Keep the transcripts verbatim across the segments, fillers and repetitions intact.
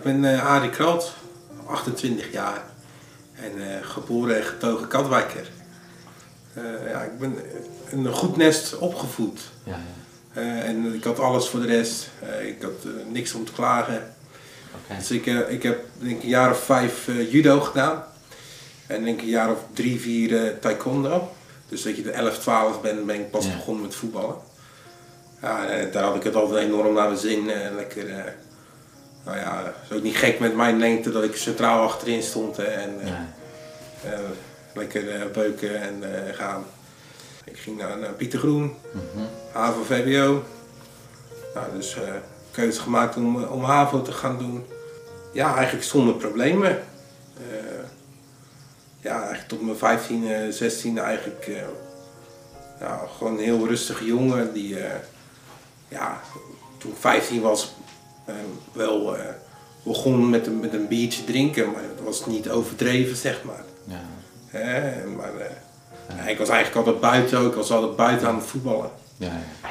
ik ben uh, Arie Kralt, achtentwintig jaar en uh, geboren en getogen Katwijker. Uh, ja, ik ben in een goed nest opgevoed. Ja, ja. Uh, en ik had alles voor de rest. Uh, ik had uh, niks om te klagen. Okay. Dus ik, uh, ik heb denk ik een jaar of vijf uh, judo gedaan. En denk ik een jaar of drie, vier uh, taekwondo. Dus dat je de elf, twaalf bent, ben ik pas ja. begonnen met voetballen. Ja, en daar had ik het altijd enorm naar mijn zin. Uh, lekker, uh, nou ja, het is ook niet gek met mijn lengte dat ik centraal achterin stond. Hè, en, uh, ja. uh, lekker uh, beuken en uh, gaan. Ik ging naar, naar Pieter Groen, mm-hmm. HAVO V W O. Nou, dus uh, keuze gemaakt om, om HAVO te gaan doen. Ja, eigenlijk zonder problemen. Uh, ja, eigenlijk tot mijn vijftiende, zestiende eigenlijk uh, ja, gewoon een heel rustige jongen die, uh, ja, toen ik vijftien was, uh, wel uh, begon met een, met een biertje drinken, maar het was niet overdreven, zeg maar. Ja. Uh, maar uh, ja. Ik was eigenlijk altijd buiten ook, ik was altijd buiten aan het voetballen. Ja, ja.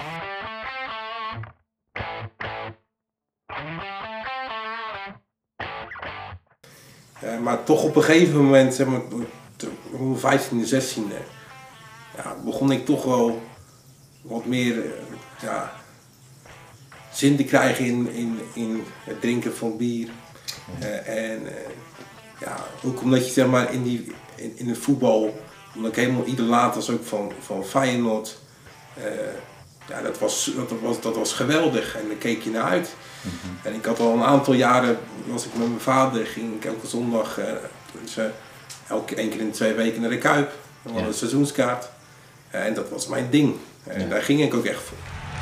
Uh, maar toch op een gegeven moment, zeg maar, op mijn vijftiende, zestiende, ja, begon ik toch wel wat meer uh, ja, zin te krijgen in, in, in het drinken van bier. Uh, en uh, ja, ook omdat je zeg maar, in, die, in, in het voetbal, omdat ik helemaal idolaat was ook van, van Feyenoord. Uh, ja, dat was, dat, was, dat was geweldig en daar keek je naar uit. Mm-hmm. En ik had al een aantal jaren, was ik met mijn vader, ging ik elke zondag, uh, dus, uh, elke één keer in twee weken naar de Kuip. Dat was yeah. een seizoenskaart. Uh, en dat was mijn ding. En yeah. daar ging ik ook echt voor.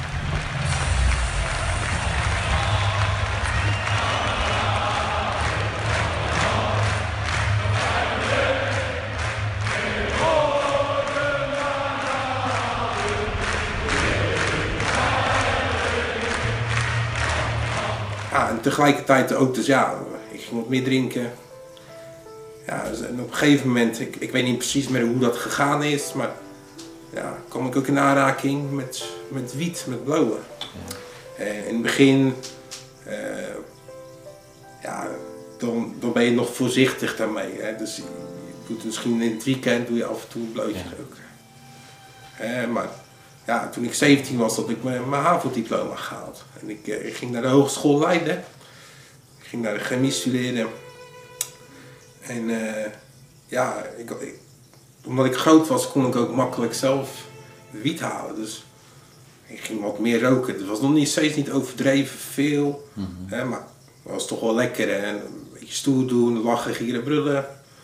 Ja, en tegelijkertijd ook, dus ja, ik ging wat meer drinken. Ja, dus en op een gegeven moment, ik, ik weet niet precies meer hoe dat gegaan is, maar ja, kwam ik ook in aanraking met, met wiet, met blowen. Ja. En in het begin, uh, ja, dan, dan ben je nog voorzichtig daarmee. Hè? Dus je doet misschien in het weekend doe je af en toe een blootje ja. roken. Uh, maar ja, toen ik zeventien was, had ik mijn, mijn HAVO-diploma gehaald. En ik, uh, ik ging naar de Hogeschool Leiden. Ik ging naar de chemie studeren. En uh, ja, ik, ik, omdat ik groot was, kon ik ook makkelijk zelf wiet halen. Dus ik ging wat meer roken. Het was nog niet, steeds niet overdreven veel. Mm-hmm. Hè, maar het was toch wel lekker. En een beetje stoer doen, lachen, gieren, brullen.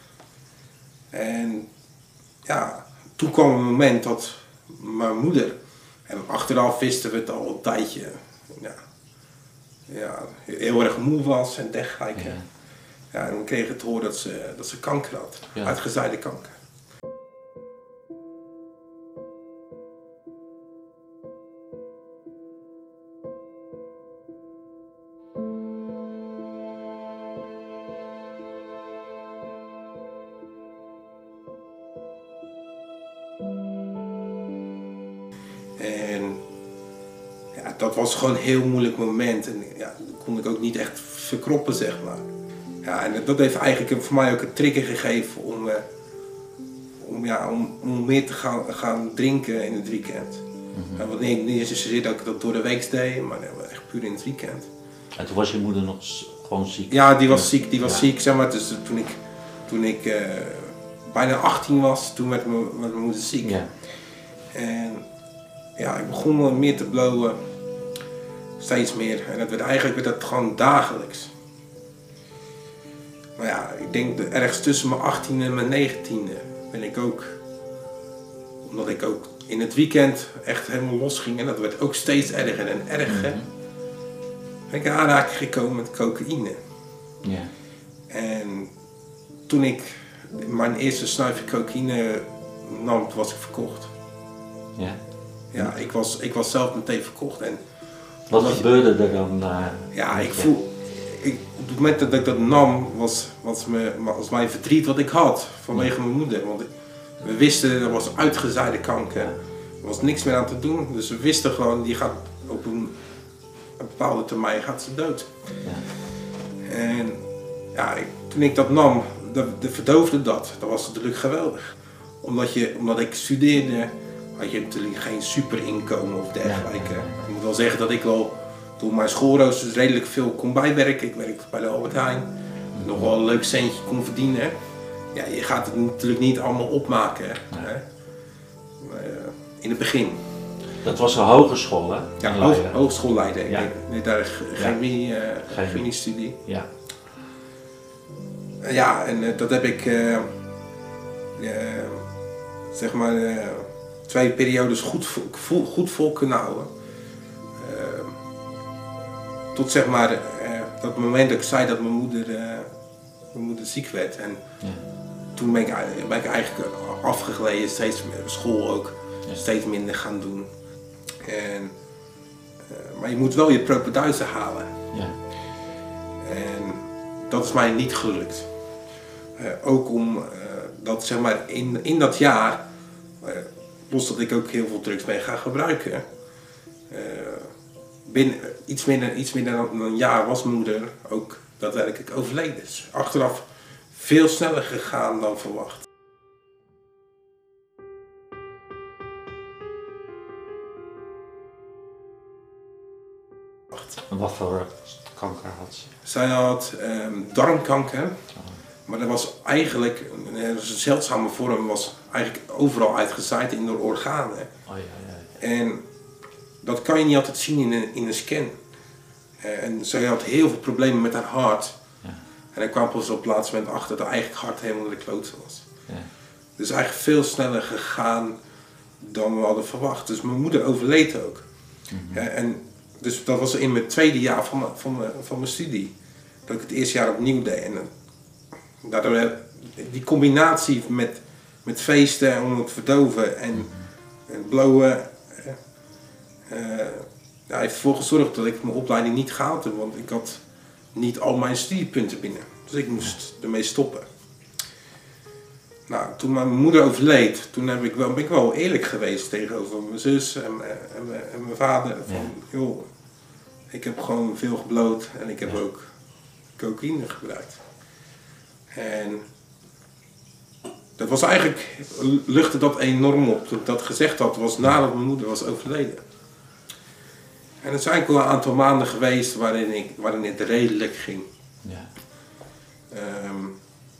En ja, toen kwam een moment dat mijn moeder, en achteraf wisten we het al een tijdje, ja, ja, heel erg moe was en dergelijke. Ja. Ja, en we kregen te horen dat ze, dat ze kanker had, ja. uitgezaaide kanker. En ja, dat was gewoon een heel moeilijk moment en ja, dat kon ik ook niet echt verkroppen, zeg maar. Ja, en dat heeft eigenlijk voor mij ook een trigger gegeven om, uh, om, ja, om, om meer te gaan, gaan drinken in het weekend. Mm-hmm. Ja, want niet, niet zozeer dat ik dat door de week deed, maar echt puur in het weekend. En toen was je moeder nog gewoon ziek? Ja, die was ziek, die was ja. ziek, zeg maar. Dus toen ik, toen ik uh, bijna achttien was, toen werd mijn, mijn moeder ziek. Ja. En ja, ik begon meer te blowen, steeds meer. En dat werd eigenlijk werd dat gewoon dagelijks. Maar ja, ik denk dat ergens tussen mijn achttiende en mijn negentiende ben ik ook, omdat ik ook in het weekend echt helemaal los ging en dat werd ook steeds erger en erger, mm-hmm. ben ik in aanraking gekomen met cocaïne. Yeah. En toen ik mijn eerste snuifje cocaïne nam, was ik verkocht. Yeah. Ja, ik was, ik was zelf meteen verkocht. En wat gebeurde er dan? Uh, ja, ik voel... Ik, op het moment dat ik dat nam, was, was, me, was mijn verdriet wat ik had vanwege mijn moeder. Want we wisten, er was uitgezaaide kanker. Er was niks meer aan te doen. Dus we wisten gewoon, die gaat op een, een bepaalde termijn gaat ze dood. Ja. En ja, ik, toen ik dat nam, de, de verdoofde dat. Dat was natuurlijk geweldig. Omdat, je, omdat ik studeerde, had je natuurlijk geen superinkomen of dergelijke. Ja. Ik moet wel zeggen dat ik wel door mijn schoolroosters redelijk veel kon bijwerken. Ik werkte bij de Albert Heijn. Nog wel een leuk centje kon verdienen. Ja, je gaat het natuurlijk niet allemaal opmaken. Hè? Ja. Maar, uh, in het begin. Dat was een hogeschool, hè? Ja, hoog, hogeschoolleider. Ja. Ik deed daar chemie, uh, Chemie. chemie-studie. Ja. Uh, ja, en uh, dat heb ik uh, uh, zeg maar uh, twee periodes goed, goed, goed vol kunnen houden. Uh, tot zeg maar uh, dat moment dat ik zei dat mijn moeder, uh, mijn moeder ziek werd. En ja. toen ben ik, ben ik eigenlijk afgegleden, steeds school ook, ja. steeds minder gaan doen. En, uh, maar je moet wel je propeduizen halen. Ja. En dat is mij niet gelukt. Uh, ook om uh, dat zeg maar in, in dat jaar, uh, los dat ik ook heel veel drugs ben gaan gebruiken. Uh, binnen iets minder, iets minder dan een jaar was mijn moeder ook daadwerkelijk overleden. Dus achteraf veel sneller gegaan dan verwacht. En wat voor kanker had ze? Zij had um, darmkanker, oh. maar dat was eigenlijk een, een zeldzame vorm, was eigenlijk overal uitgezaaid in de organen. Oh, ja, ja. En dat kan je niet altijd zien in een, in een scan. En zij had heel veel problemen met haar hart. Ja. En ik kwam pas op het laatste moment achter dat haar eigen hart helemaal naar de kloten was. Ja. Dus eigenlijk veel sneller gegaan dan we hadden verwacht. Dus mijn moeder overleed ook. Mm-hmm. Ja, en dus dat was in mijn tweede jaar van mijn, van mijn, van mijn studie. Dat ik het eerste jaar opnieuw deed. En daardoor, die combinatie met, met feesten om het verdoven en, mm-hmm. en blowen. Uh, ja, heeft ervoor gezorgd dat ik mijn opleiding niet gehaald heb. Want ik had niet al mijn studiepunten binnen. Dus ik moest ermee stoppen. Nou, toen mijn moeder overleed, toen heb ik wel, ben ik wel eerlijk geweest tegenover mijn zus en, en, en, en mijn vader. Van, ja. joh, ik heb gewoon veel gebloot en ik heb ja. ook cocaïne gebruikt. En dat was eigenlijk, luchtte dat enorm op. Toen ik dat gezegd had, was nadat mijn moeder was overleden. En het zijn ook wel een aantal maanden geweest waarin, ik, waarin het redelijk ging. Ja. Um,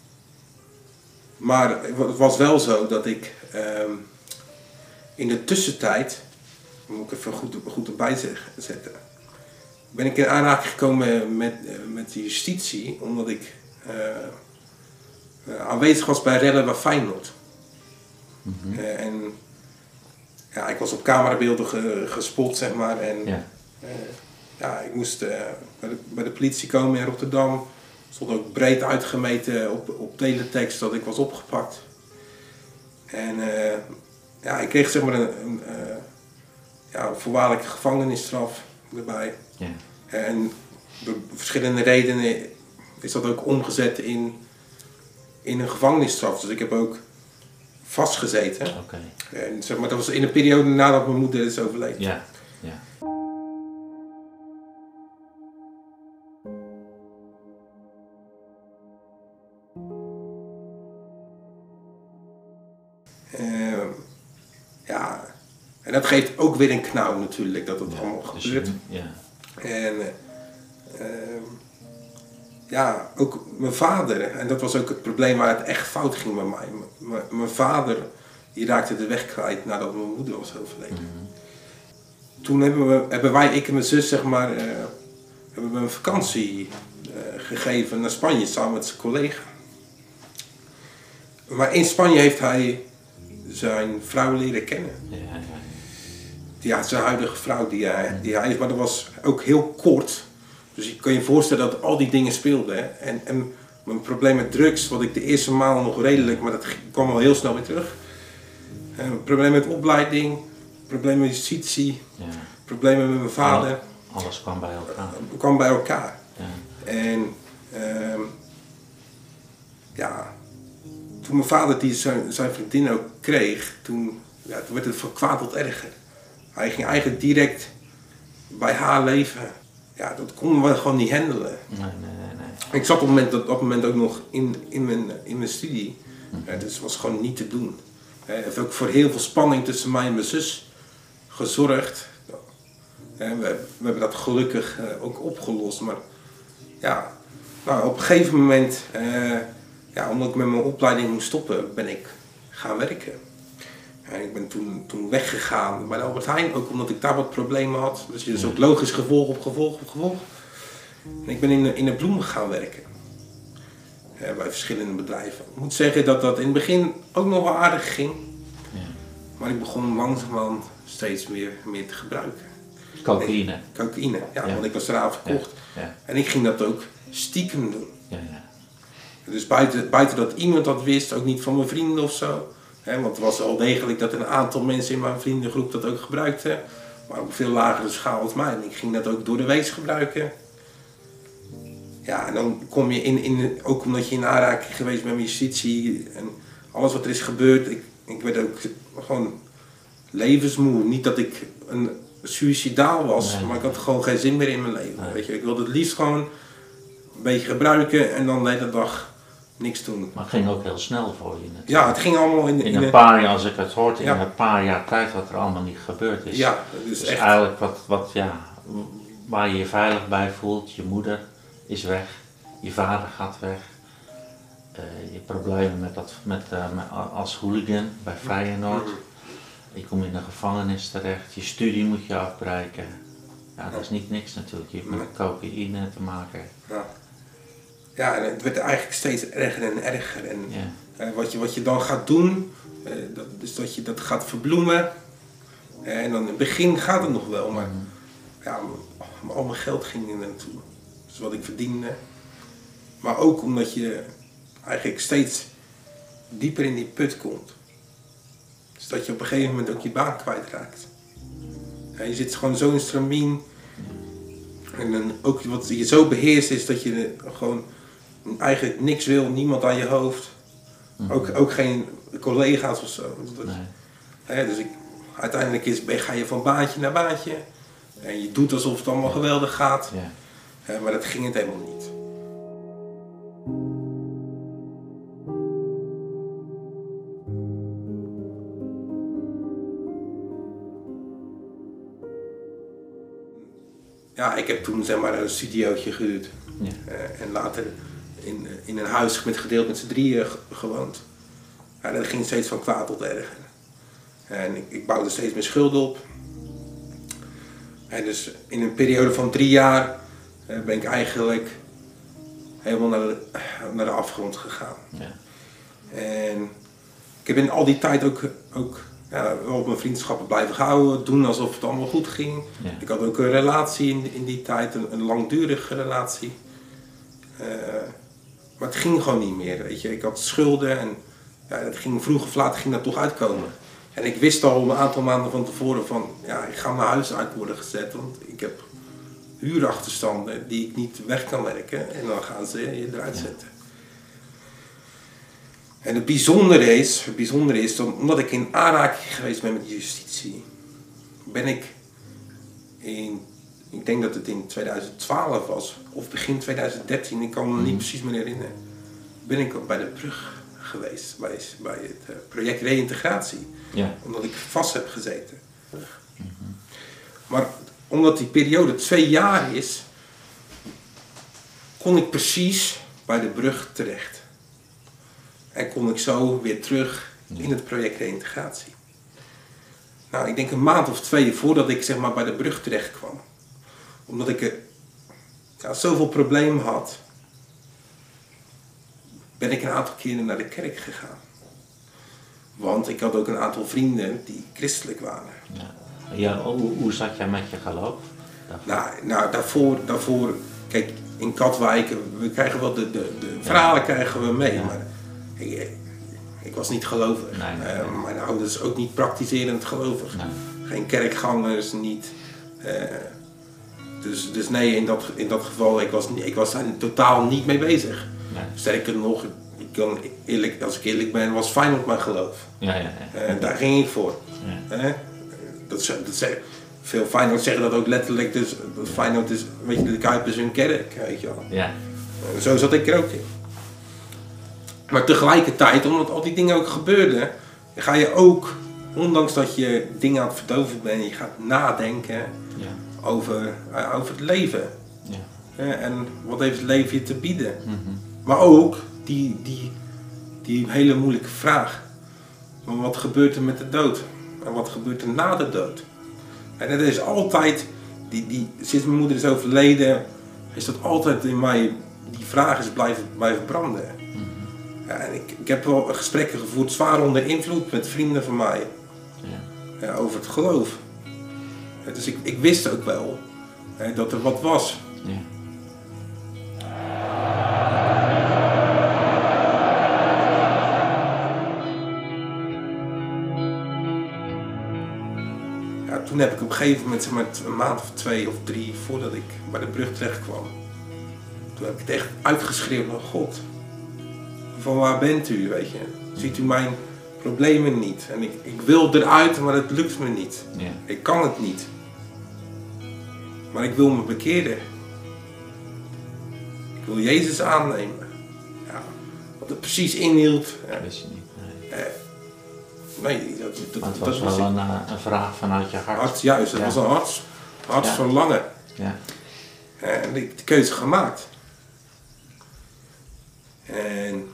maar het was wel zo dat ik um, in de tussentijd, moet ik even goed, goed erbij zetten, ben ik in aanraking gekomen met, met de justitie, omdat ik uh, aanwezig was bij rellen bij Feyenoord. Mm-hmm. uh, en ja, ik was op camerabeelden ge, gespot, zeg maar. En, ja. Uh, ja, ik moest uh, bij, de, bij de politie komen in Rotterdam. Stond ook breed uitgemeten op, op teletext dat ik was opgepakt. En uh, ja, ik kreeg zeg maar een, een, uh, ja, een voorwaardelijke gevangenisstraf erbij. Ja. En door verschillende redenen is dat ook omgezet in, in een gevangenisstraf. Dus ik heb ook vastgezeten. Okay. En zeg maar, dat was in een periode nadat mijn moeder is overleden. Ja. Ja. Uh, ja, en dat geeft ook weer een knauw natuurlijk, dat het ja, allemaal dus gebeurt. Je, ja. En uh, ja, ook mijn vader, en dat was ook het probleem waar het echt fout ging met mij. M- mijn vader, die raakte de weg kwijt nadat mijn moeder was overleden. Mm-hmm. Toen hebben, we, hebben wij, ik en mijn zus, zeg maar, uh, hebben we een vakantie uh, gegeven naar Spanje samen met zijn collega. Maar in Spanje heeft hij zijn vrouw leren kennen. Ja, ja, ja. Ja, zijn huidige vrouw die hij, die hij is, maar dat was ook heel kort. Dus je kan je voorstellen dat al die dingen speelden. Hè. En, en mijn probleem met drugs, wat ik de eerste maanden nog redelijk, maar dat kwam al heel snel weer terug. Uh, probleem met opleiding, probleem met justitie, ja. problemen met mijn vader. Alles kwam bij elkaar. Uh, kwam bij elkaar. Ja. En uh, ja, toen mijn vader die zijn, zijn vriendin ook kreeg, toen, ja, toen werd het van kwaad tot erger. Hij ging eigenlijk direct bij haar leven. Ja, dat konden we gewoon niet handelen. Nee, nee, nee. nee. Ik zat op het moment, op het moment ook nog in, in, mijn, in mijn studie. Mm-hmm. uh, dus het was gewoon niet te doen. Uh, het heeft ook voor heel veel spanning tussen mij en mijn zus gezorgd. Uh, we, we hebben dat gelukkig uh, ook opgelost. Maar ja, nou, op een gegeven moment, uh, ja, omdat ik met mijn opleiding moest stoppen, ben ik gaan werken. En ik ben toen, toen weggegaan bij de Albert Heijn, ook omdat ik daar wat problemen had. Dus het is ook logisch gevolg op gevolg op gevolg. En ik ben in de, in de bloemen gaan werken. Ja, bij verschillende bedrijven. Ik moet zeggen dat dat in het begin ook nog wel aardig ging. Ja. Maar ik begon langzamerhand steeds meer, meer te gebruiken. Cocaïne? En, cocaïne, ja, ja, want ik was eraan verkocht. Ja. Ja. En ik ging dat ook stiekem doen. Ja, ja. Dus buiten, buiten dat iemand dat wist, ook niet van mijn vrienden of zo. He, want het was al degelijk dat een aantal mensen in mijn vriendengroep dat ook gebruikten. Maar op een veel lagere schaal als mij. En ik ging dat ook door de week gebruiken. Ja, en dan kom je in, in ook omdat je in aanraking geweest bent met justitie en alles wat er is gebeurd. Ik, ik werd ook gewoon levensmoe. Niet dat ik een suïcidaal was, nee. Maar ik had gewoon geen zin meer in mijn leven. Nee. Weet je. Ik wilde het liefst gewoon een beetje gebruiken en dan de hele dag niks doen. Maar het ging ook heel snel voor je natuurlijk. Ja, het ging allemaal in, in, in een paar jaar, als ik het hoort, in ja. een paar jaar tijd wat er allemaal niet gebeurd is. Ja, dus, dus echt eigenlijk wat, wat, ja, waar je je veilig bij voelt, je moeder is weg, je vader gaat weg, uh, je problemen met dat, met, uh, met, als hooligan bij Feyenoord, je komt in de gevangenis terecht, je studie moet je afbreken. Ja, dat is niet niks natuurlijk, je hebt met cocaïne te maken. Ja. Ja, en het werd eigenlijk steeds erger en erger. En ja. uh, wat, je, wat je dan gaat doen, uh, dat, is dat je dat gaat verbloemen. Uh, en dan in het begin gaat het nog wel, maar mm. ja, al mijn geld ging er naartoe. Dus wat ik verdiende. Maar ook omdat je eigenlijk steeds dieper in die put komt. Dus dat je op een gegeven moment ook je baan kwijtraakt. Ja, je zit gewoon zo in stramien. En dan ook wat je zo beheerst is dat je gewoon eigenlijk niks wil, niemand aan je hoofd. Mm-hmm. Ook, ook geen collega's of zo. Dat, nee. hè, dus ik, uiteindelijk is, ga je van baantje naar baantje. En je doet alsof het allemaal geweldig gaat. Ja. Hè, maar dat ging het helemaal niet. Ja, ik heb toen zeg maar een studiootje gehuurd. Ja. Uh, en later in, in een huis met gedeeld met z'n drieën gewoond. Ja, dat ging steeds van kwaad tot erger. En ik, ik bouwde steeds meer schulden op. En dus in een periode van drie jaar uh, ben ik eigenlijk helemaal naar de, naar de afgrond gegaan. Ja. En ik heb in al die tijd ook, ook ja, op mijn vriendschappen blijven houden, doen alsof het allemaal goed ging. Ja. Ik had ook een relatie in, in die tijd, een, een langdurige relatie. Uh, maar het ging gewoon niet meer, weet je. Ik had schulden en ja, dat ging, vroeg of laat ging dat toch uitkomen. En ik wist al een aantal maanden van tevoren van, ja, ik ga mijn huis uit worden gezet, want ik heb huurachterstanden die ik niet weg kan werken en dan gaan ze je eruit zetten. En het bijzondere is, het bijzondere is dat omdat ik in aanraking geweest ben met justitie, ben ik in, ik denk dat het in tweeduizend twaalf was, of begin tweeduizend dertien, ik kan me niet precies meer herinneren, ben ik ook bij de brug geweest, bij, bij het project reïntegratie, ja. Omdat ik vast heb gezeten. Mm-hmm. Maar omdat die periode twee jaar is, kon ik precies bij de brug terecht. En kon ik zo weer terug in het project reïntegratie. Nou, ik denk een maand of twee voordat ik zeg maar bij de brug terecht kwam. Omdat ik ja, zoveel problemen had, ben ik een aantal keren naar de kerk gegaan. Want ik had ook een aantal vrienden die christelijk waren. Ja. Ja, hoe, hoe zat jij met je geloof? Nou, nou daarvoor, daarvoor, kijk, in Katwijk, we krijgen wel de, de, de verhalen ja. krijgen we mee. Ja. Maar ik, ik was niet gelovig. Nee, nee, nee. Uh, mijn ouders ook niet praktiserend gelovig. Nee. Geen kerkgangers, niet. Uh, dus, dus nee, in dat, in dat geval, ik was, ik was daar totaal niet mee bezig. Nee. Sterker nog, ik kan eerlijk, als ik eerlijk ben, was Feyenoord mijn geloof. Ja, ja, ja. Uh, daar ging ik voor. Ja. Uh, dat, dat zeg, veel Feyenoord zeggen dat ook letterlijk, dus dat Feyenoord is, weet je, de Kuip is hun kerk, weet je wel. Ja. Uh, zo zat ik er ook in. Maar tegelijkertijd, omdat al die dingen ook gebeurden, ga je ook, ondanks dat je dingen aan het verdoven bent, je gaat nadenken ja. over, uh, over het leven. Ja. Uh, en wat heeft het leven je te bieden. Mm-hmm. Maar ook die, die, die hele moeilijke vraag. Maar wat gebeurt er met de dood? En wat gebeurt er na de dood? En dat is altijd, die, die, sinds mijn moeder is overleden, is dat altijd in mij, die vraag is blijven, blijven branden. Mm-hmm. Ja, en ik, ik heb wel gesprekken gevoerd, zwaar onder invloed met vrienden van mij. Ja. Ja, over het geloof. Ja, dus ik, ik wist ook wel hè, dat er wat was. Ja. Ja, toen heb ik op een gegeven moment, zeg maar, een maand of twee of drie voordat ik bij de brug terecht kwam, toen heb ik het echt uitgeschreeuwd naar God. Van waar bent u, weet je? Ziet u mijn problemen niet? En ik, ik wil eruit, maar het lukt me niet. Ja. Ik kan het niet. Maar ik wil me bekeren. Ik wil Jezus aannemen. Ja, wat het precies inhield. Dat wist je niet. Nee, eh, nee dat, dat, maar het dat was was wel een, een vraag vanuit je hart. hart juist, het ja. was een hart, hartsverlangen. Ja. Ja. En ik heb de keuze gemaakt. En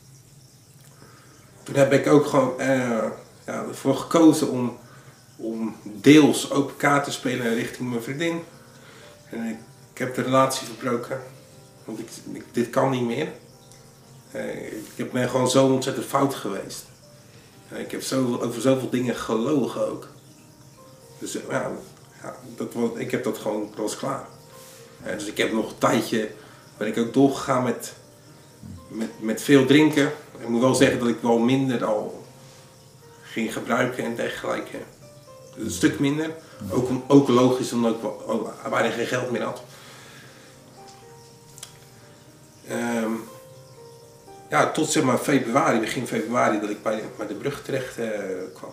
toen heb ik ook gewoon uh, ja, ervoor gekozen om, om deels open kaart te spelen richting mijn vriendin. En ik, ik heb de relatie verbroken, want ik, ik, dit kan niet meer. Uh, ik ben gewoon zo ontzettend fout geweest. Uh, ik heb zo, over zoveel dingen gelogen ook. Dus uh, ja, ja dat, ik heb dat gewoon, dat was klaar. Uh, dus ik heb nog een tijdje, ben ik ook doorgegaan met, met, met veel drinken. Ik moet wel zeggen dat ik wel minder al ging gebruiken en dergelijke. Dus een stuk minder. Ook, ook logisch omdat ik wel, bijna geen geld meer had. Um, ja, tot zeg maar februari, begin februari, dat ik bij de, bij de brug terecht uh, kwam.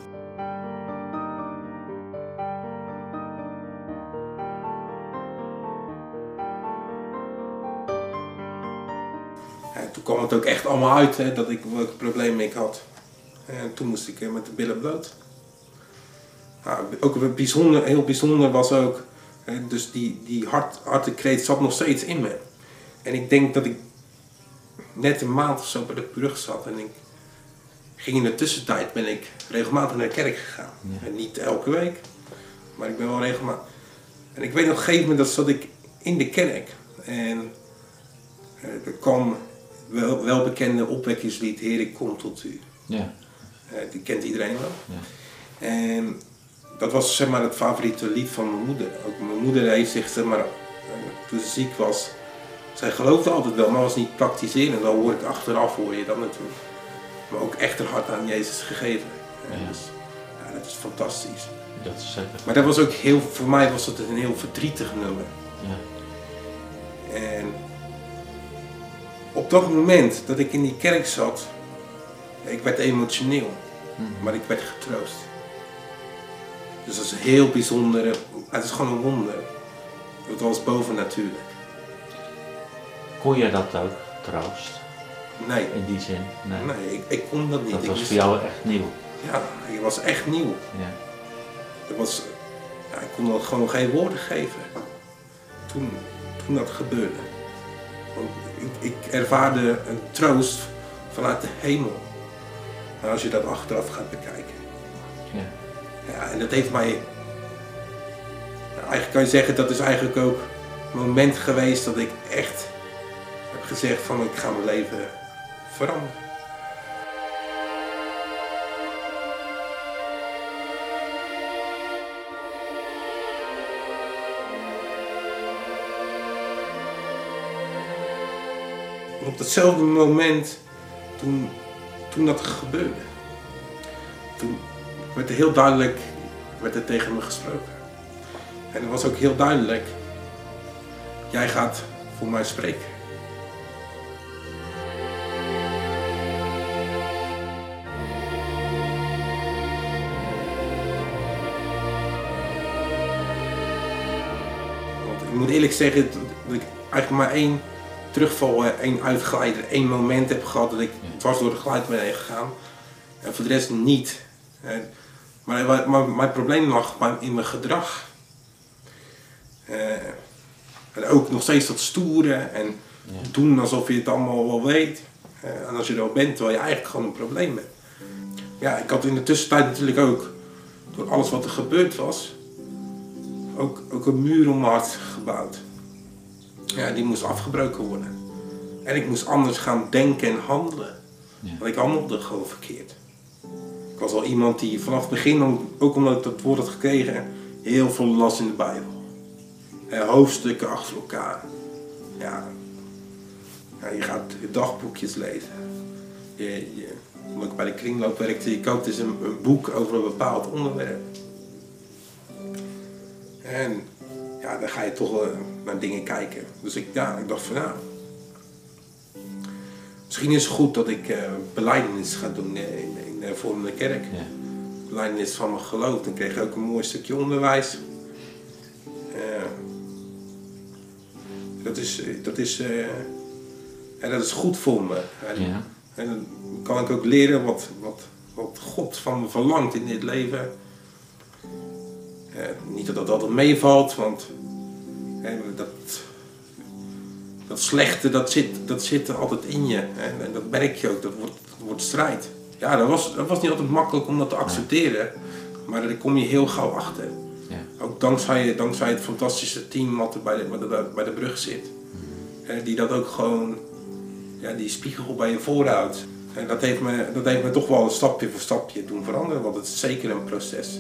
Toen kwam het ook echt allemaal uit hè, dat ik welke problemen ik had. En toen moest ik uh, met de billen bloot. Nou, ook bijzonder, heel bijzonder was ook, hè, dus die, die hart, hartekreet zat nog steeds in me. En ik denk dat ik net een maand of zo bij de brug zat en ik ging in de tussentijd ben ik regelmatig naar de kerk gegaan. Ja. En niet elke week, maar ik ben wel regelmatig. En ik weet nog op een gegeven moment dat zat ik in de kerk en uh, er kwam wel, welbekende opwekkingslied, Heer ik kom tot u. Ja. Uh, die kent iedereen wel. Ja. En dat was zeg maar het favoriete lied van mijn moeder. Ook mijn moeder heeft zich, zeg maar, uh, toen ze ziek was, zij geloofde altijd wel, maar was niet praktiserend. Dan hoor ik achteraf, hoor je dat natuurlijk. Maar ook echt haar hart aan Jezus gegeven. Ja. Dus, ja, dat is fantastisch. Dat is zeker. Maar dat was ook heel, voor mij was dat een heel verdrietig nummer. Ja. En op dat moment dat ik in die kerk zat, ik werd emotioneel, mm-hmm. maar ik werd getroost. Dus dat is heel bijzonder, het is gewoon een wonder. Het was bovennatuurlijk. Kon je dat ook, troost? Nee. In die zin? Nee, nee ik, ik kon dat niet. Dat ik was wist, voor jou echt nieuw? Ja, het was echt nieuw. Ja. Dat was, ja, ik kon dat gewoon geen woorden geven. Toen, toen dat gebeurde. Want ik, ik ervaarde een troost vanuit de hemel. Nou, als je dat achteraf gaat bekijken. Ja. Ja, en dat heeft mij... Ja, eigenlijk kan je zeggen, dat is eigenlijk ook een moment geweest dat ik echt heb gezegd van ik ga mijn leven veranderen. Op datzelfde moment, toen, toen dat gebeurde, toen werd er heel duidelijk, werd er tegen me gesproken. En het was ook heel duidelijk, jij gaat voor mij spreken. Want ik moet eerlijk zeggen dat ik eigenlijk maar één terugvallen, één uitglijder, één moment heb gehad dat ik dwars door de glijbaan ben heen gegaan. En voor de rest niet. En, maar, maar mijn probleem lag in mijn gedrag. Uh, en ook nog steeds dat stoeren en ja. doen alsof je het allemaal wel weet. Uh, en als je er al bent, terwijl je eigenlijk gewoon een probleem bent. Ja, ik had in de tussentijd natuurlijk ook, door alles wat er gebeurd was, ook, ook een muur om mijn hart gebouwd. Ja, die moest afgebroken worden. En ik moest anders gaan denken en handelen. Ja. Want ik handelde gewoon verkeerd. Ik was al iemand die vanaf het begin, ook omdat ik dat woord had gekregen, heel veel las in de Bijbel. Eh, hoofdstukken achter elkaar. Ja. Ja, je gaat dagboekjes lezen. Je, je, omdat ik bij de kringloop werkte, je koopt dus een, een boek over een bepaald onderwerp. En ja, dan ga je toch uh, naar dingen kijken. Dus ik, ja, ik dacht van ja, misschien is het goed dat ik uh, belijdenis ga doen in, in de hervormde kerk. Ja. Belijdenis van mijn geloof. Dan kreeg ik ook een mooi stukje onderwijs. Uh, dat is, dat is, uh, en dat is goed voor me. En, ja. en dan kan ik ook leren wat, wat, wat God van me verlangt in dit leven. Uh, niet dat dat altijd meevalt, want uh, dat, dat slechte dat zit, dat zit er altijd in je. En, en dat merk je ook, dat wordt, dat wordt strijd. Ja, dat was, dat was niet altijd makkelijk om dat te accepteren, maar daar kom je heel gauw achter. Ja. Ook dankzij, dankzij het fantastische team wat er bij de, bij de, bij de brug zit. Mm-hmm. Uh, die dat ook gewoon, ja, die spiegel bij je voorhoudt. En dat heeft me, dat heeft me toch wel stapje voor stapje doen veranderen, want het is zeker een proces.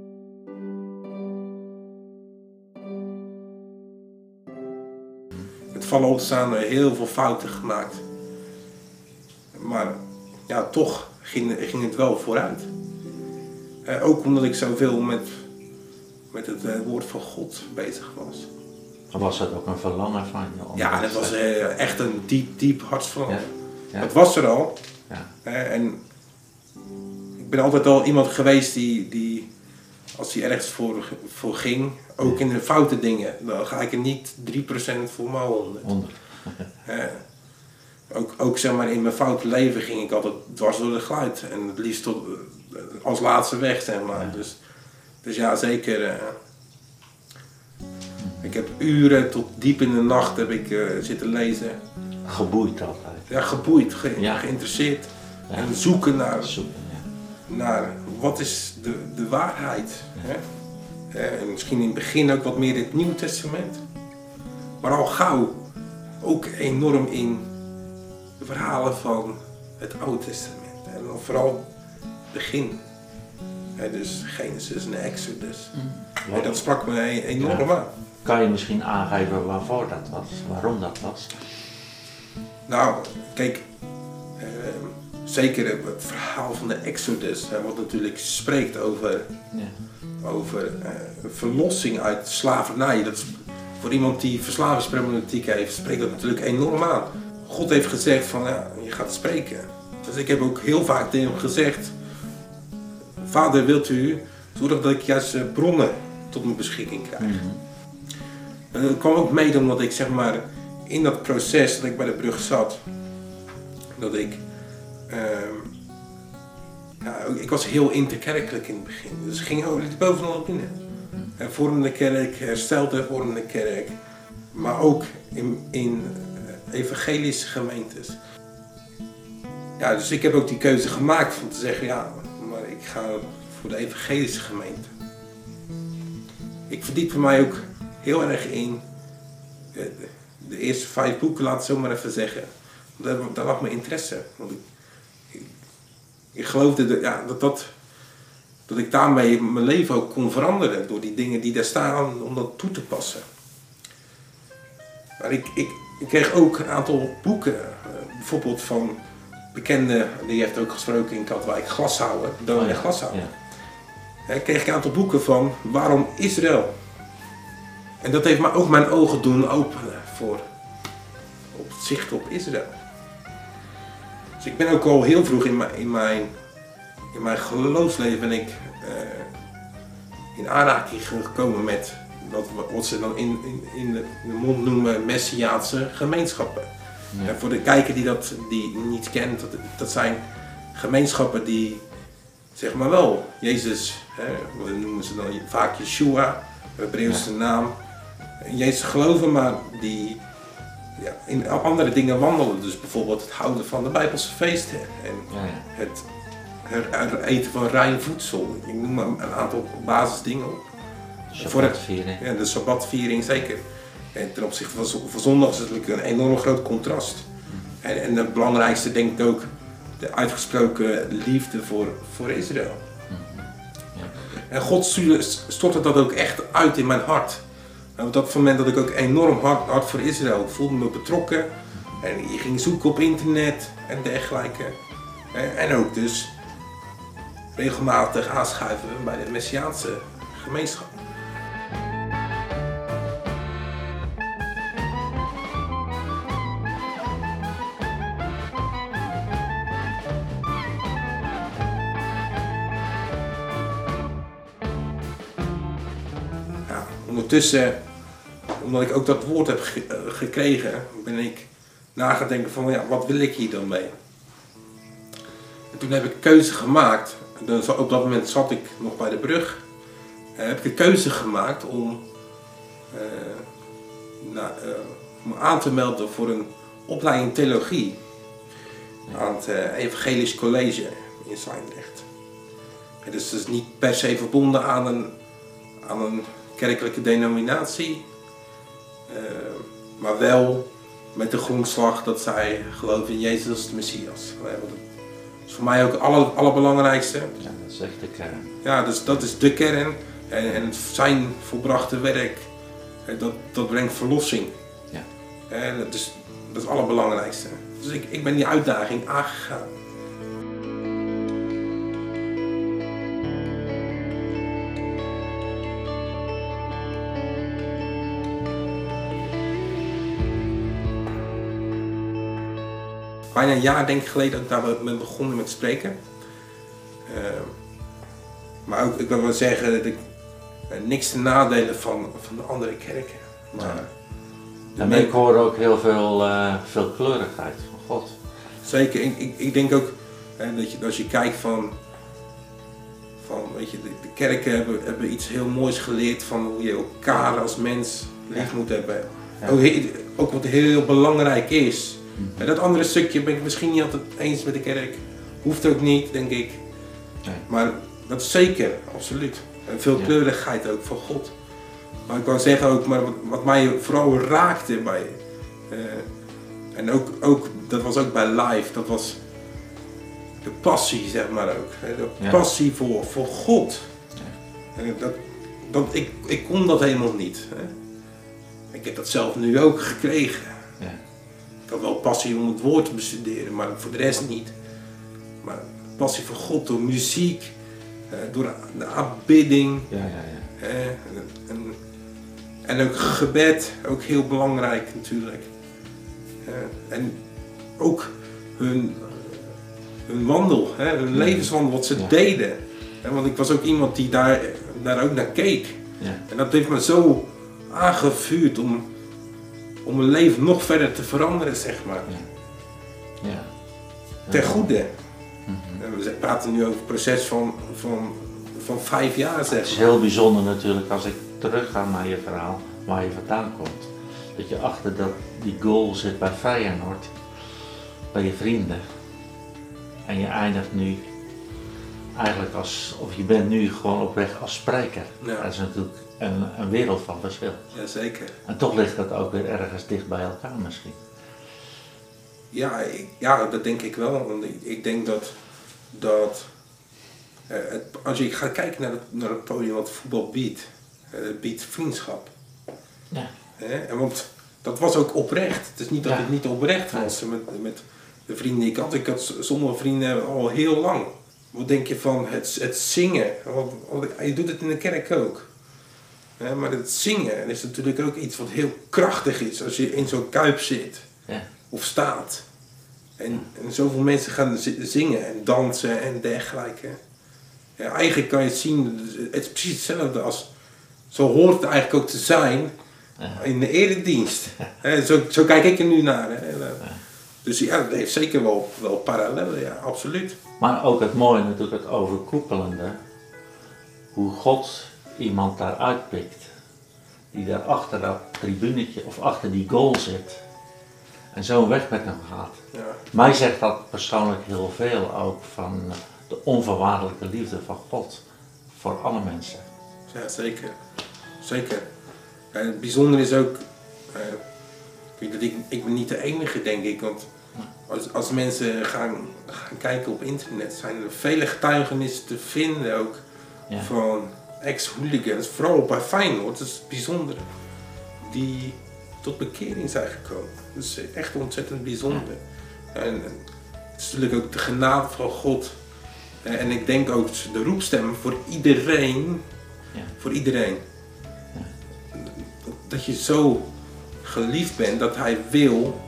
Het vallen opstaan heel veel fouten gemaakt. Maar ja, toch ging, ging het wel vooruit. Uh, ook omdat ik zoveel met, met het uh, woord van God bezig was. Was dat ook een verlangen van je? Ja, dat was uh, echt een diep, diep hartsverlangen. Ja. Ja. Het was er al. Ja. Uh, en ik ben altijd al iemand geweest die, die als hij ergens voor, voor ging, ook in de foute dingen, dan ga ik er niet drie procent voor mijn honderd. honderd. uh, ook, ook zeg maar in mijn foute leven ging ik altijd dwars door de gluit en het liefst tot, uh, als laatste weg, zeg maar. Ja. Dus, dus ja, zeker. Uh, ik heb uren tot diep in de nacht heb ik uh, zitten lezen. Geboeid altijd. Ja, geboeid, ge, ja. geïnteresseerd. Ja. En zoeken naar, zoeken, ja. naar wat is de, de waarheid. Ja. Hè? En misschien in het begin ook wat meer in het Nieuwe Testament. Maar al gauw ook enorm in de verhalen van het Oude Testament. En dan vooral het begin. Hè? Dus Genesis en Exodus. Mm. En dat sprak me enorm ja. aan. Kan je misschien aangeven waarvoor dat was, waarom dat was? Nou, kijk, uh, zeker het verhaal van de Exodus, hè, wat natuurlijk spreekt over, ja. over uh, verlossing uit slavernij. Dat is, voor iemand die verslavingsproblematiek heeft, spreekt dat natuurlijk enorm aan. God heeft gezegd van, ja, je gaat spreken. Dus ik heb ook heel vaak tegen hem gezegd, Vader, wilt u zorgen dat ik juist bronnen tot mijn beschikking krijg? Mm-hmm. En dat kwam ook mede omdat ik zeg maar in dat proces dat ik bij de brug zat, dat ik, uh, ja, ik was heel interkerkelijk in het begin. Dus ik ging bovenal naar binnen. Hervormde kerk, herstelde hervormde kerk, maar ook in, in evangelische gemeentes. Ja, dus ik heb ook die keuze gemaakt om te zeggen, ja, maar ik ga voor de evangelische gemeente. Ik verdiepte mij ook heel erg in de, de eerste vijf boeken, laat het zo maar even zeggen. Daar, daar lag mijn interesse. Want ik, ik, ik geloofde dat, ja, dat, dat, dat ik daarmee mijn leven ook kon veranderen. Door die dingen die daar staan, om dat toe te passen. Maar ik, ik, ik kreeg ook een aantal boeken. Uh, bijvoorbeeld van bekende, die heeft ook gesproken in Katwijk, Glashouwer. Dominee oh ja, Glashouwer. Ja. Ik kreeg een aantal boeken van waarom Israël. En dat heeft me ook mijn ogen doen openen voor op het zicht op Israël. Dus ik ben ook al heel vroeg in mijn, in mijn, in mijn geloofsleven ben ik uh, in aanraking gekomen met dat, wat ze dan in, in, in, de, in de mond noemen Messiaanse gemeenschappen. Ja. En voor de kijker die dat die niet kent, dat, dat zijn gemeenschappen die zeg maar wel Jezus, hè, we noemen ze dan vaak Yeshua, Hebreeuwse ja. naam, Jezus geloven, maar die ja, in andere dingen wandelen. Dus bijvoorbeeld het houden van de Bijbelse feesten en ja, ja. het her eten van rein voedsel. Ik noem maar een aantal basisdingen op. Sabbatviering. Ja, de Sabbatviering zeker. En ten opzichte van, van zondag is het natuurlijk een enorm groot contrast. Mm. En, en het belangrijkste denk ik ook de uitgesproken liefde voor, voor Israël. Mm. Ja. En God stortte dat ook echt uit in mijn hart. En op dat moment dat ik ook enorm hard, hard voor Israël. Ik voelde me betrokken. En je ging zoeken op internet en dergelijke. En ook dus regelmatig aanschuiven bij de Messiaanse gemeenschap. Ja, ondertussen, omdat ik ook dat woord heb ge gekregen, ben ik na gaan denken van ja, wat wil ik hier dan mee? En toen heb ik een keuze gemaakt. Dus op dat moment zat ik nog bij de brug. En heb ik een keuze gemaakt om, uh, na, uh, om aan te melden voor een opleiding theologie aan het uh, Evangelisch College in Zwijndrecht. En dus dat is niet per se verbonden aan een, aan een kerkelijke denominatie, uh, maar wel met de grondslag dat zij geloven in Jezus als de Messias. Dat is voor mij ook het aller, allerbelangrijkste. Ja, dat is echt de kern. Ja, dus dat is de kern. En, en zijn volbrachte werk, dat, dat brengt verlossing. Ja. En dat, is, dat is het allerbelangrijkste. Dus ik, ik ben die uitdaging aangegaan. Bijna een jaar denk ik geleden dat ik daar ben begonnen met spreken. Uh, maar ook, ik wil wel zeggen dat ik uh, niks te nadelen van, van de andere kerken. Maar ja. En ik hoor ook heel veel uh, veelkleurigheid van God. Zeker, ik, ik, ik denk ook hè, dat je, als je kijkt van, van weet je, de, de kerken hebben, hebben iets heel moois geleerd van hoe je elkaar als mens lief ja. moet hebben. Ja. Ook, ook wat heel belangrijk is. En dat andere stukje ben ik misschien niet altijd eens met de kerk. Hoeft ook niet, denk ik. Nee. Maar dat is zeker, absoluut. En veelkleurigheid ook van God. Maar ik kan zeggen ook, maar wat, wat mij vooral raakte bij... Uh, en ook, ook, dat was ook bij Live, dat was de passie, zeg maar ook. De ja. passie voor, voor God. Ja. En dat, dat, ik, ik kon dat helemaal niet. Hè. Ik heb dat zelf nu ook gekregen. Ja. Ik had wel passie om het woord te bestuderen, maar voor de rest niet. Maar passie voor God, door muziek, door de aanbidding. Ja, ja, ja. En, en ook gebed, ook heel belangrijk natuurlijk. En ook hun, hun wandel, hun levenswandel, wat ze ja. deden. Want ik was ook iemand die daar, daar ook naar keek. Ja. En dat heeft me zo aangevuurd om... om mijn leven nog verder te veranderen, zeg maar. Ja. Ja. Ten goede. Mm-hmm. We praten nu over een proces van, van, van vijf jaar, zeg maar. Het is heel bijzonder natuurlijk als ik terugga naar je verhaal, waar je vandaan komt. Dat je achter dat, die goal zit bij Feyenoord, bij je vrienden. En je eindigt nu eigenlijk als, of je bent nu gewoon op weg als spreker. Ja. Dat is natuurlijk een, een wereld van verschil. Jazeker. En toch ligt dat ook weer ergens dicht bij elkaar misschien. Ja, ik, ja dat denk ik wel. Want ik, ik denk dat, dat uh, het, als je gaat kijken naar het, naar het podium wat voetbal biedt, uh, het biedt vriendschap. Ja. Uh, en want dat was ook oprecht. Het is niet dat ja. het niet oprecht was met, met de vrienden die ik had. Ik had sommige vrienden al heel lang. Wat denk je van het, het zingen? Want, want je doet het in de kerk ook. Ja, maar het zingen is natuurlijk ook iets wat heel krachtig is als je in zo'n kuip zit ja. of staat. En, en zoveel mensen gaan zingen en dansen en dergelijke. Ja, eigenlijk kan je het zien, het is precies hetzelfde als, zo hoort het eigenlijk ook te zijn in de eredienst. Ja. Zo, zo kijk ik er nu naar. Hè. Dus ja, dat heeft zeker wel, wel parallellen, ja, absoluut. Maar ook het mooie, natuurlijk het overkoepelende, hoe God iemand daar uitpikt, die daar achter dat tribunetje of achter die goal zit en zo weg met hem gaat. Ja. Mij zegt dat persoonlijk heel veel ook van de onvoorwaardelijke liefde van God voor alle mensen. Ja, zeker. Zeker. En het bijzondere is ook, uh, ik, dat ik, ik ben niet de enige denk ik, want als, als mensen gaan, gaan kijken op internet zijn er vele getuigenissen te vinden ook ja. van ex-hooligans, vooral bij Feyenoord, dat is het bijzondere, die tot bekering zijn gekomen. Dat is echt ontzettend bijzonder. Ja. En, en het is natuurlijk ook de genade van God. En ik denk ook de roepstem voor iedereen, ja. voor iedereen. Ja. Dat je zo geliefd bent dat hij wil,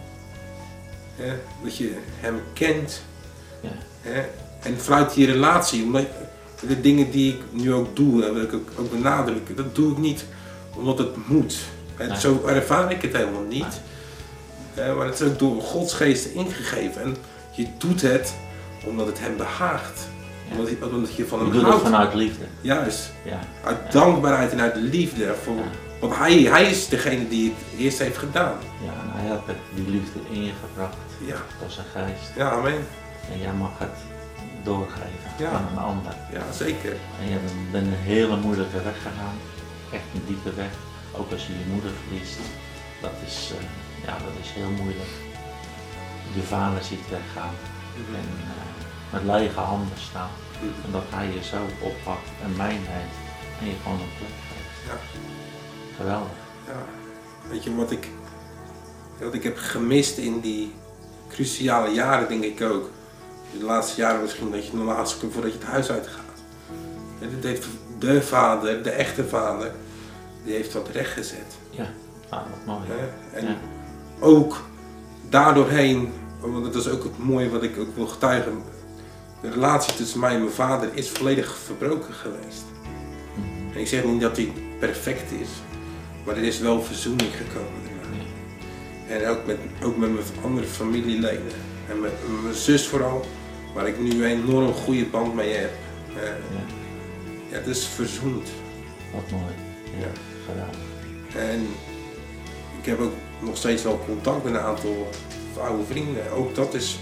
hè, dat je hem kent. Ja. Hè, en vanuit die relatie, omdat de dingen die ik nu ook doe, en wil ik ook, ook benadrukken, dat doe ik niet omdat het moet. En nee. Zo ervaar ik het helemaal niet. Nee. Hè, maar het is ook door Gods geest ingegeven. En je doet het omdat het hem behaagt. Ja. Omdat, je, omdat je van hem je houdt. doet het vanuit liefde. Juist. Ja. Uit ja. dankbaarheid en uit liefde. Voor, ja. Want hij, hij is degene die het eerst heeft gedaan. Ja, en hij had die liefde in je gebracht. Ja. Door zijn geest. Ja, amen. En jij mag het doorgeven ja. aan een ander. Ja, zeker. En je bent een hele moeilijke weg gegaan. Echt een diepe weg. Ook als je je moeder verliest. Dat is, uh, ja, dat is heel moeilijk. Je vader ziet weggaan. Mm-hmm. En uh, met lege handen staan. Mm-hmm. En dat hij je zo oppakt en mijn heet. En je gewoon een plek geeft. Ja. Geweldig. Ja. Weet je wat ik, wat ik heb gemist in die cruciale jaren, denk ik ook. De laatste jaren misschien dat je nog laatst voordat je het huis uitgaat. En dit heeft de vader, de echte vader, die heeft dat rechtgezet. Ja, ah, wat mooi. Ja, en ja. ook daardoorheen, want dat is ook het mooie wat ik ook wil getuigen. De relatie tussen mij en mijn vader is volledig verbroken geweest. Mm-hmm. En ik zeg niet dat hij perfect is, maar er is wel verzoening gekomen. Ja. En ook met, ook met mijn andere familieleden. En met, met mijn zus vooral, waar ik nu een enorm goede band mee heb. Uh, ja. ja, het is verzoend. Wat mooi. Ja, ja. Geweldig. En ik heb ook nog steeds wel contact met een aantal oude vrienden. Ook dat is,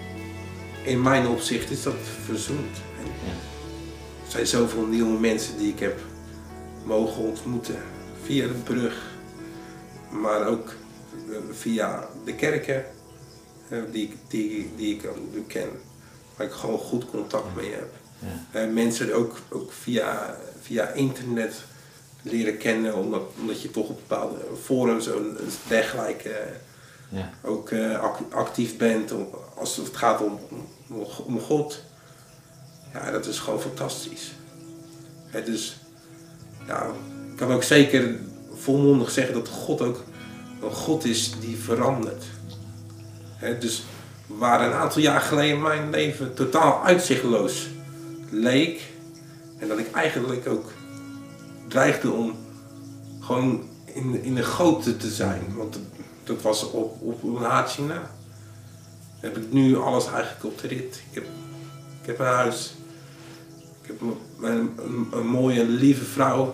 in mijn opzicht is dat verzoend. En ja. Er zijn zoveel nieuwe mensen die ik heb mogen ontmoeten. Via de brug, maar ook via de kerken die, die, die ik ken. Waar ik gewoon goed contact mee heb. Ja. En mensen ook, ook via, via internet leren kennen, omdat, omdat je toch op bepaalde forums en dergelijke ja. ook uh, actief bent als het gaat om, om, om God. Ja, dat is gewoon fantastisch. Het is, ja, ik kan ook zeker volmondig zeggen dat God ook een God is die verandert. He, dus waar een aantal jaar geleden mijn leven totaal uitzichtloos leek en dat ik eigenlijk ook dreigde om gewoon in, in de goot te zijn, want dat was op, op een haartje na. Heb ik nu alles eigenlijk op de rit. Ik heb, ik heb een huis, ik heb een, een, een, een mooie lieve vrouw,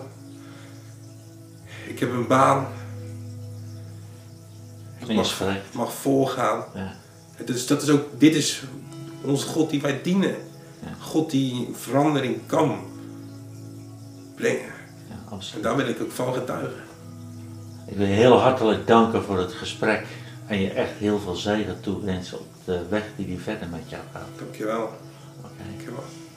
ik heb een baan, ik mag, mag voorgaan. Ja. Dus dat is ook, dit is onze God die wij dienen. Ja. God die verandering kan brengen. Ja, en daar wil ik ook van getuigen. Ik wil je heel hartelijk danken voor het gesprek en je echt heel veel zegen toewensen op de weg die die verder met jou gaat. Dankjewel. Okay. Dankjewel.